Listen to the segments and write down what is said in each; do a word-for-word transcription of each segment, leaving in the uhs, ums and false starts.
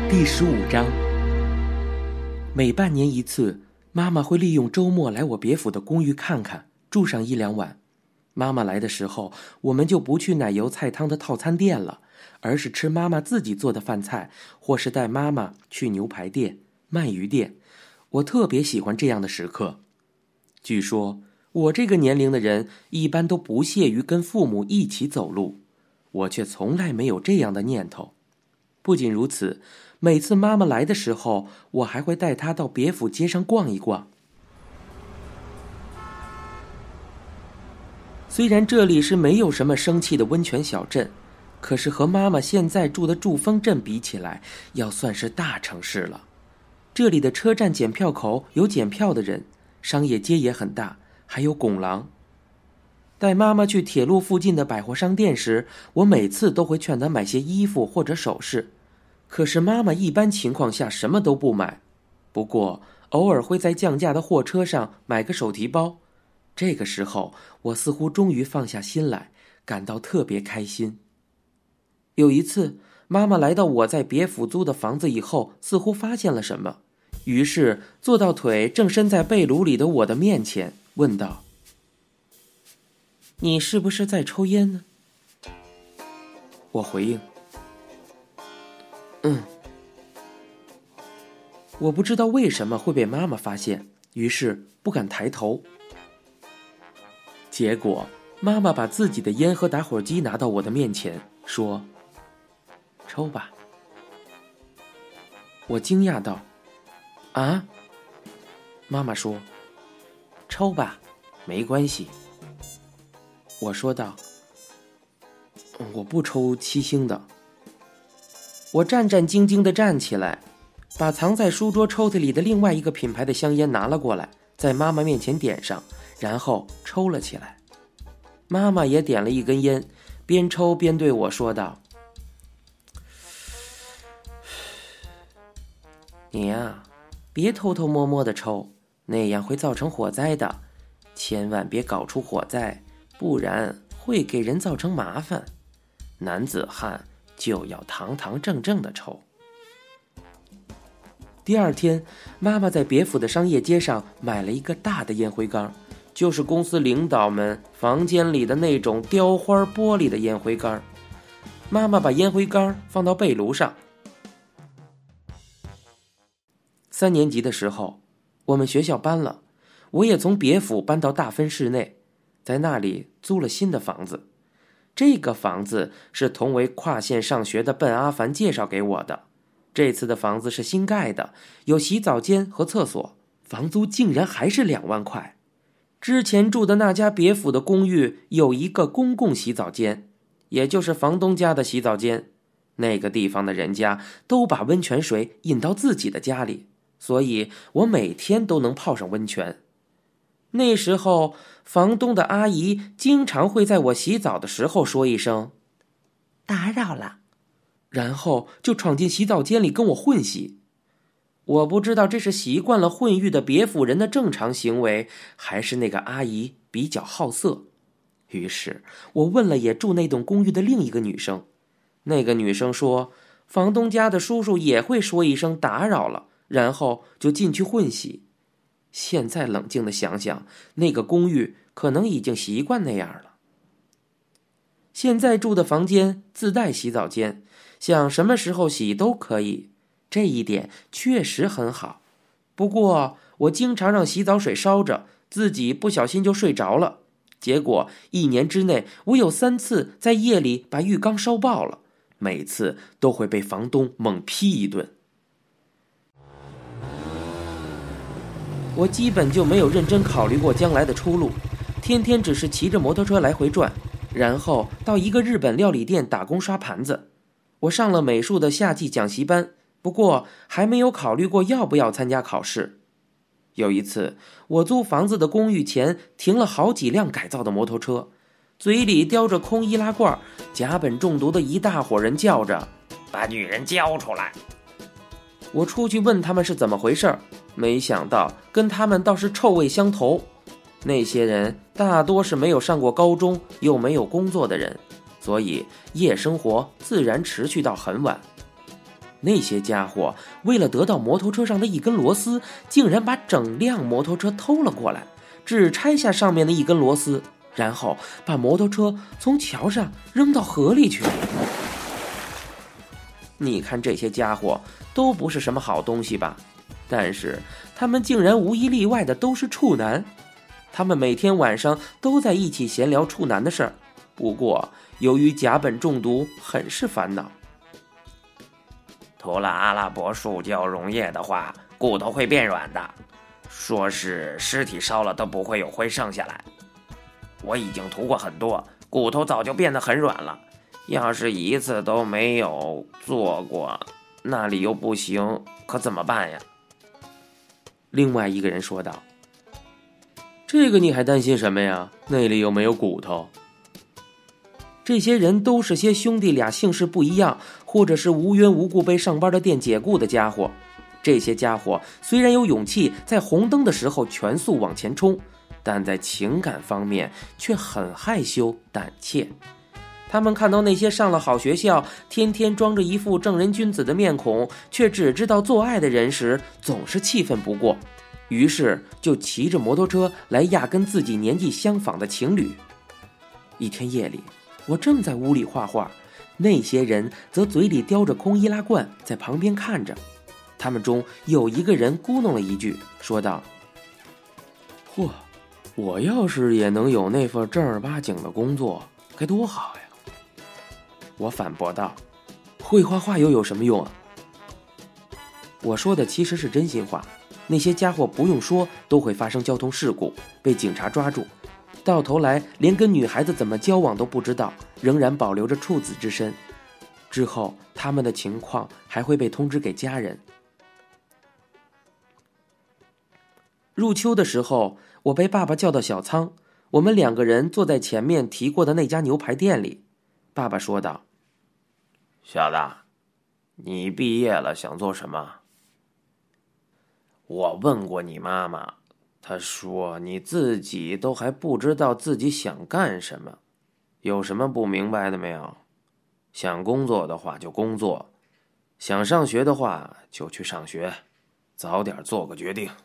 第十五章。每半年一次，妈妈会利用周末来我别府的公寓看看，住上一两晚。妈妈来的时候，我们就不去奶油菜汤的套餐店了，而是吃妈妈自己做的饭菜，或是带妈妈去牛排店、鳗鱼店。我特别喜欢这样的时刻。据说我这个年龄的人一般都不屑于跟父母一起走路，我却从来没有这样的念头。不仅如此，每次妈妈来的时候，我还会带她到别府街上逛一逛。虽然这里是没有什么生气的温泉小镇，可是和妈妈现在住的祝丰镇比起来，要算是大城市了。这里的车站检票口有检票的人，商业街也很大，还有拱廊。带妈妈去铁路附近的百货商店时，我每次都会劝她买些衣服或者首饰，可是妈妈一般情况下什么都不买，不过偶尔会在降价的货车上买个手提包。这个时候，我似乎终于放下心来，感到特别开心。有一次，妈妈来到我在别府租的房子以后，似乎发现了什么，于是坐到腿正伸在被炉里的我的面前，问道：“你是不是在抽烟呢？”我回应：“嗯。”我不知道为什么会被妈妈发现，于是不敢抬头。结果妈妈把自己的烟和打火机拿到我的面前，说：“抽吧。”我惊讶道：“啊？”妈妈说：“抽吧，没关系。”我说道：“我不抽七星的。”我战战兢兢地站起来，把藏在书桌抽屉里的另外一个品牌的香烟拿了过来，在妈妈面前点上，然后抽了起来。妈妈也点了一根烟，边抽边对我说道：“你呀，别偷偷摸摸的抽，那样会造成火灾的，千万别搞出火灾，不然会给人造成麻烦。男子汉就要堂堂正正的抽。”第二天，妈妈在别府的商业街上买了一个大的烟灰缸，就是公司领导们房间里的那种雕花玻璃的烟灰缸。妈妈把烟灰缸放到被炉上。三年级的时候，我们学校搬了，我也从别府搬到大分市内，在那里租了新的房子。这个房子是同为跨县上学的笨阿凡介绍给我的。这次的房子是新盖的，有洗澡间和厕所，房租竟然还是两万块。之前住的那家别府的公寓有一个公共洗澡间，也就是房东家的洗澡间。那个地方的人家都把温泉水引到自己的家里，所以我每天都能泡上温泉。那时候，房东的阿姨经常会在我洗澡的时候说一声“打扰了”，然后就闯进洗澡间里跟我混洗。我不知道这是习惯了混浴的别府人的正常行为，还是那个阿姨比较好色。于是我问了也住那栋公寓的另一个女生，那个女生说，房东家的叔叔也会说一声打扰了，然后就进去混洗。现在冷静地想想，那个公寓可能已经习惯那样了。现在住的房间自带洗澡间，想什么时候洗都可以，这一点确实很好。不过我经常让洗澡水烧着，自己不小心就睡着了，结果一年之内我有三次在夜里把浴缸烧爆了，每次都会被房东猛批一顿。我基本就没有认真考虑过将来的出路，天天只是骑着摩托车来回转，然后到一个日本料理店打工刷盘子。我上了美术的夏季讲习班，不过还没有考虑过要不要参加考试。有一次，我租房子的公寓前停了好几辆改造的摩托车，嘴里叼着空易拉罐，甲苯中毒的一大伙人叫着把女人交出来。我出去问他们是怎么回事，没想到跟他们倒是臭味相投。那些人大多是没有上过高中又没有工作的人，所以夜生活自然持续到很晚。 那些家伙为了得到摩托车上的一根螺丝，竟然把整辆摩托车偷了过来，只拆下上面的一根螺丝，然后把摩托车从桥上扔到河里去。你看这些家伙都不是什么好东西吧？但是他们竟然无一例外的都是处男。他们每天晚上都在一起闲聊处男的事儿，不过由于甲苯中毒，很是烦恼。 涂了阿拉伯树胶溶液的话，骨头会变软的，说是尸体烧了都不会有灰剩下来。我已经涂过很多，骨头早就变得很软了，要是一次都没有做过，那里又不行，可怎么办呀？ 另外一个人说道：这个你还担心什么呀？那里又没有骨头。这些人都是些兄弟俩姓氏不一样，或者是无缘无故被上班的店解雇的家伙。这些家伙虽然有勇气在红灯的时候全速往前冲，但在情感方面却很害羞胆怯。他们看到那些上了好学校，天天装着一副正人君子的面孔，却只知道做爱的人时，总是气愤不过，于是就骑着摩托车来压跟自己年纪相仿的情侣。一天夜里，我正在屋里画画，那些人则嘴里叼着空易拉罐在旁边看着。他们中有一个人咕哝了一句，说道：嚯，我要是也能有那份正儿八经的工作，该多好呀！我反驳道：会画画又有什么用啊？我说的其实是真心话，那些家伙不用说都会发生交通事故，被警察抓住，到头来连跟女孩子怎么交往都不知道，仍然保留着处子之身。之后他们的情况还会被通知给家人。入秋的时候，我被爸爸叫到小仓，我们两个人坐在前面提过的那家牛排店里。爸爸说道： 小子，你毕业了想做什么？我问过你妈妈，她说你自己都还不知道自己想干什么，有什么不明白的没有？想工作的话就工作，想上学的话就去上学，早点做个决定。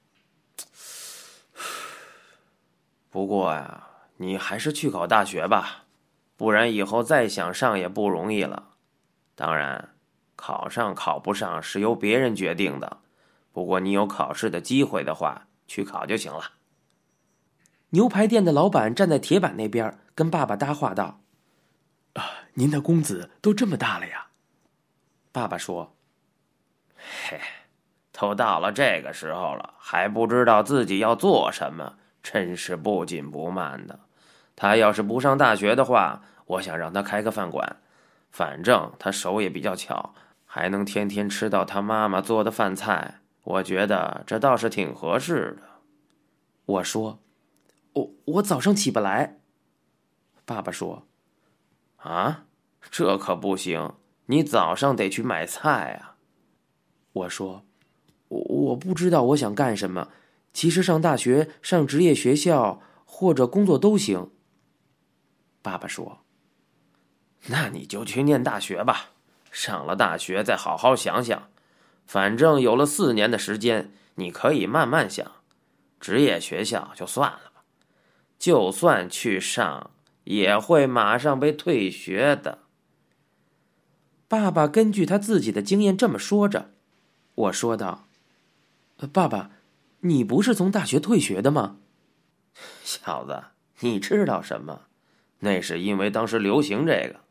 不过呀，你还是去考大学吧，不然以后再想上也不容易了。当然，考上考不上是由别人决定的，不过你有考试的机会的话，去考就行了。 牛排店的老板站在铁板那边，跟爸爸搭话道：啊，您的公子都这么大了呀？爸爸说： 嘿，都到了这个时候了，还不知道自己要做什么，真是不紧不慢的。他要是不上大学的话，我想让他开个饭馆，反正他手也比较巧，还能天天吃到他妈妈做的饭菜，我觉得这倒是挺合适的。 我说：我我早上起不来。爸爸说： 啊，这可不行，你早上得去买菜啊。 我说：我我不知道我想干什么，其实上大学、上职业学校或者工作都行。爸爸说： 那你就去念大学吧，上了大学再好好想想，反正有了四年的时间，你可以慢慢想。职业学校就算了吧，就算去上，也会马上被退学的。 爸爸根据他自己的经验这么说着。我说道：爸爸，你不是从大学退学的吗？ 小子，你知道什么？那是因为当时流行这个。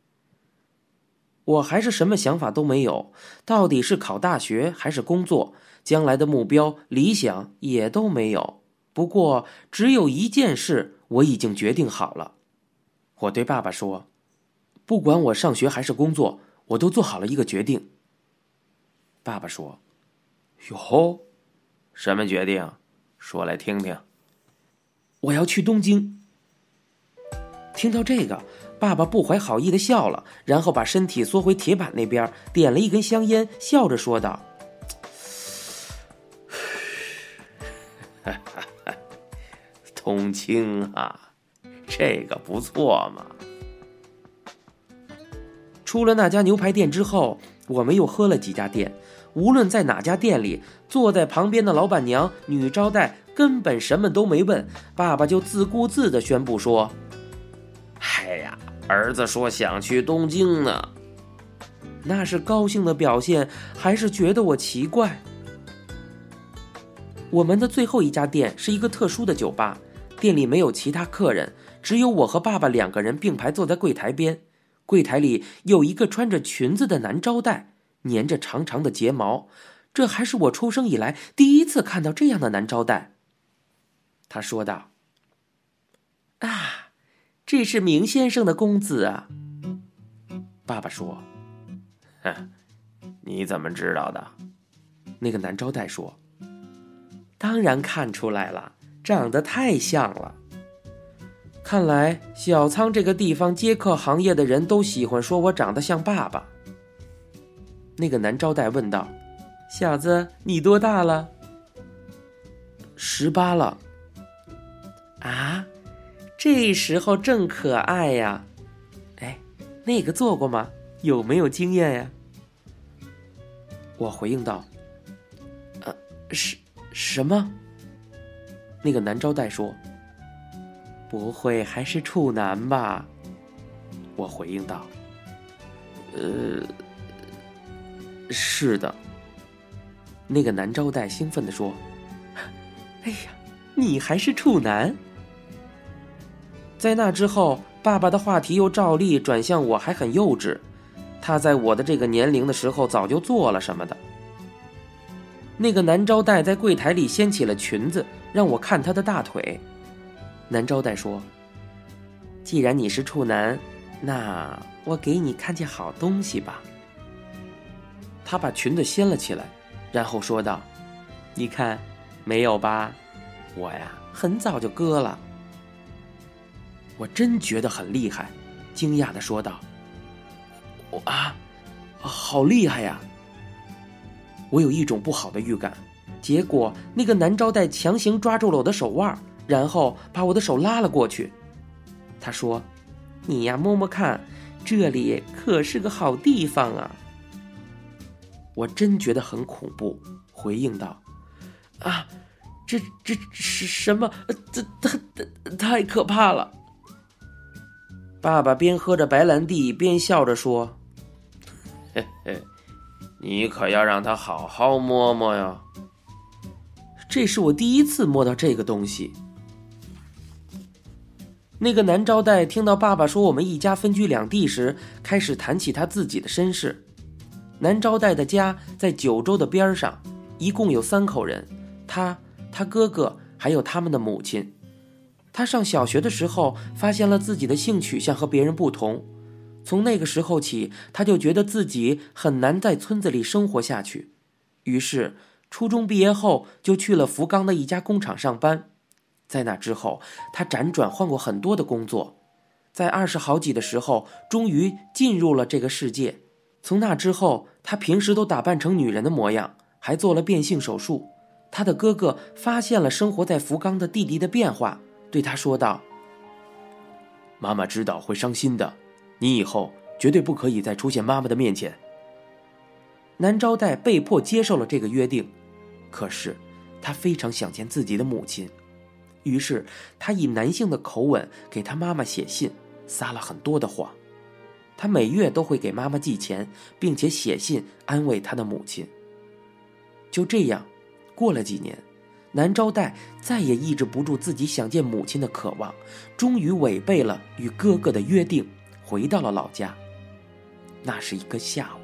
我还是什么想法都没有，到底是考大学还是工作，将来的目标、理想也都没有。不过只有一件事我已经决定好了。我对爸爸说：不管我上学还是工作，我都做好了一个决定。爸爸说： 哟，什么决定？说来听听。 我要去东京。听到这个，爸爸不怀好意的笑了，然后把身体缩回铁板那边，点了一根香烟，笑着说道： 东京啊，这个不错嘛。 出了那家牛排店之后， 我们又喝了几家店，无论在哪家店里，坐在旁边的老板娘、女招待根本什么都没问，爸爸就自顾自地宣布说： 哎呀，儿子说想去东京呢。 那是高兴的表现，还是觉得我奇怪？我们的最后一家店是一个特殊的酒吧，店里没有其他客人，只有我和爸爸两个人并排坐在柜台边。柜台里有一个穿着裙子的男招待，粘着长长的睫毛，这还是我出生以来第一次看到这样的男招待。他说道：啊，这是明先生的公子啊。爸爸说： 哼，你怎么知道的？ 那个男招待说：当然看出来了，长得太像了。看来小仓这个地方接客行业的人都喜欢说我长得像爸爸。那个男招待问道：小子，你多大了？十八了。啊，这时候正可爱呀。哎，那个做过吗？有没有经验呀？我回应道：呃，是什么？那个男招待说：不会还是处男吧？我回应道：呃，是的。那个男招待兴奋地说：哎呀，你还是处男？在那之后，爸爸的话题又照例转向我还很幼稚，他在我的这个年龄的时候早就做了什么的。那个男招待在柜台里掀起了裙子，让我看他的大腿。男招待说：既然你是处男，那我给你看件好东西吧。他把裙子掀了起来，然后说道：你看，没有吧？我呀，很早就割了。我真觉得很厉害，惊讶地说道：啊，好厉害呀！我有一种不好的预感，结果那个男招待强行抓住了我的手腕，然后把我的手拉了过去。他说：你呀，摸摸看，这里可是个好地方啊。我真觉得很恐怖，回应道：啊，这这是什么？这太太可怕了。爸爸边喝着白兰地边笑着说： 嘿嘿，你可要让他好好摸摸哟。 这是我第一次摸到这个东西。那个男招待听到爸爸说我们一家分居两地时，开始谈起他自己的身世。男招待的家在九州的边上，一共有三口人，他、他哥哥还有他们的母亲。他上小学的时候发现了自己的性取向和别人不同，从那个时候起，他就觉得自己很难在村子里生活下去，于是初中毕业后就去了福冈的一家工厂上班。在那之后，他辗转换过很多的工作，在二十好几的时候终于进入了这个世界。从那之后，他平时都打扮成女人的模样，还做了变性手术。他的哥哥发现了生活在福冈的弟弟的变化，对他说道：妈妈知道会伤心的，你以后绝对不可以再出现妈妈的面前。男招待被迫接受了这个约定，可是他非常想见自己的母亲，于是他以男性的口吻给他妈妈写信，撒了很多的谎。他每月都会给妈妈寄钱，并且写信安慰他的母亲。就这样，过了几年，男招待再也抑制不住自己想见母亲的渴望，终于违背了与哥哥的约定，回到了老家。那是一个下午。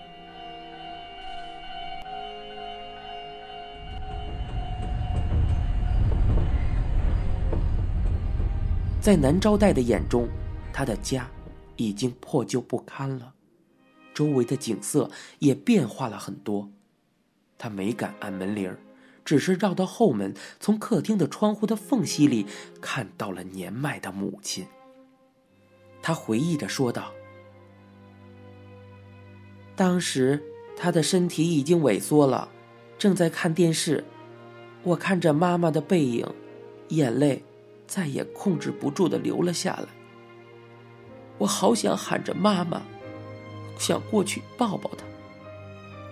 在男招待的眼中，他的家已经破旧不堪了，周围的景色也变化了很多。他没敢按门铃，只是绕到后门，从客厅的窗户的缝隙里看到了年迈的母亲。他回忆着说道：当时他的身体已经萎缩了，正在看电视，我看着妈妈的背影，眼泪再也控制不住地流了下来。我好想喊着妈妈，想过去抱抱她，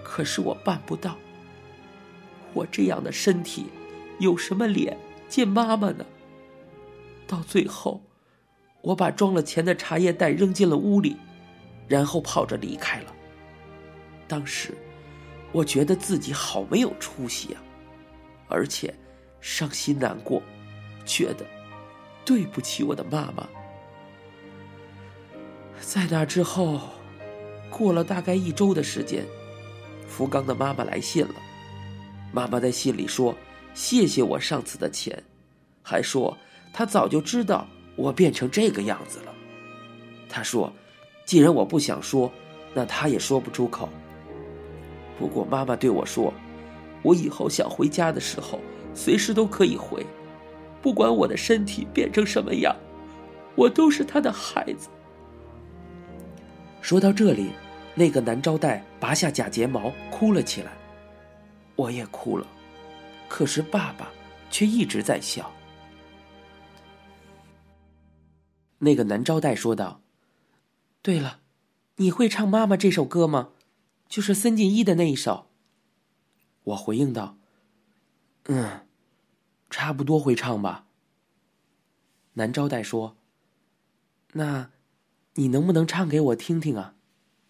可是我办不到。我这样的身体，有什么脸见妈妈呢？到最后，我把装了钱的茶叶袋扔进了屋里，然后跑着离开了。当时，我觉得自己好没有出息啊，而且伤心难过，觉得对不起我的妈妈。在那之后，过了大概一周的时间，福刚的妈妈来信了。妈妈在信里说谢谢我上次的钱，还说她早就知道我变成这个样子了。她说既然我不想说，那她也说不出口。不过妈妈对我说，我以后想回家的时候随时都可以回，不管我的身体变成什么样，我都是她的孩子。说到这里，那个男招待拔下假睫毛哭了起来，我也哭了，可是爸爸却一直在笑。那个男招待说道：对了，你会唱妈妈这首歌吗？就是森进一的那一首。我回应道：嗯，差不多会唱吧。男招待说：那你能不能唱给我听听啊？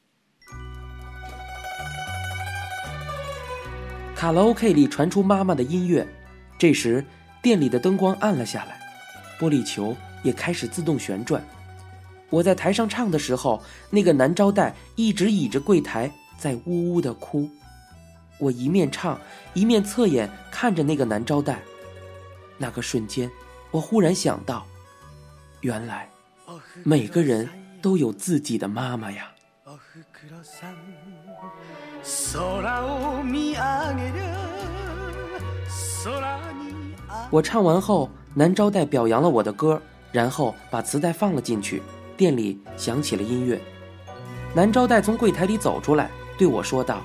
卡拉 OK 里传出妈妈的音乐，这时店里的灯光暗了下来，玻璃球也开始自动旋转。我在台上唱的时候，那个男招待一直倚着柜台在呜呜地哭。我一面唱一面侧眼看着那个男招待，那个瞬间我忽然想到，原来每个人都有自己的妈妈呀。我唱完后，男招待表扬了我的歌，然后把磁带放了进去，店里响起了音乐。男招待从柜台里走出来，对我说道：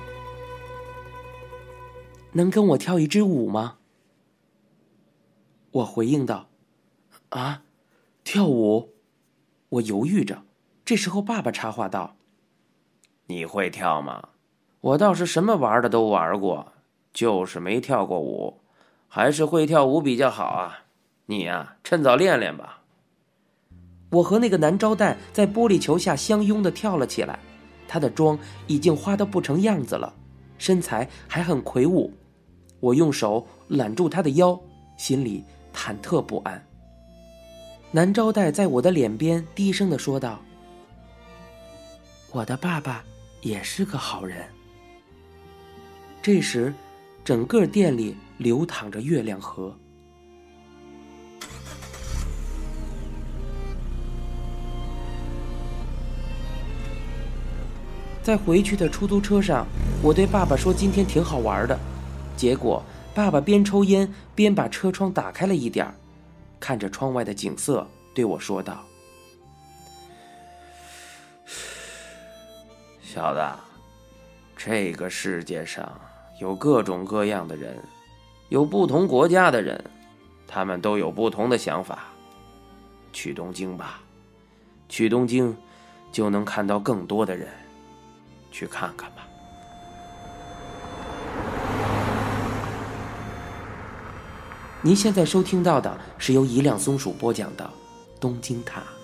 能跟我跳一支舞吗？我回应道：啊，跳舞？我犹豫着。这时候爸爸插话道： 你会跳吗？我倒是什么玩的都玩过，就是没跳过舞，还是会跳舞比较好啊。你呀，趁早练练吧。 我和那个男招待在玻璃球下相拥地跳了起来，他的妆已经花得不成样子了，身材还很魁梧。我用手揽住他的腰，心里忐忑不安。男招待在我的脸边低声地说道：我的爸爸也是个好人。这时，整个店里流淌着月亮河。在回去的出租车上，我对爸爸说今天挺好玩的，结果爸爸边抽烟边把车窗打开了一点，看着窗外的景色对我说道： 小子，这个世界上有各种各样的人，有不同国家的人，他们都有不同的想法。去东京吧，去东京就能看到更多的人，去看看吧。 您现在收听到的是由一辆松鼠播讲的《东京塔》。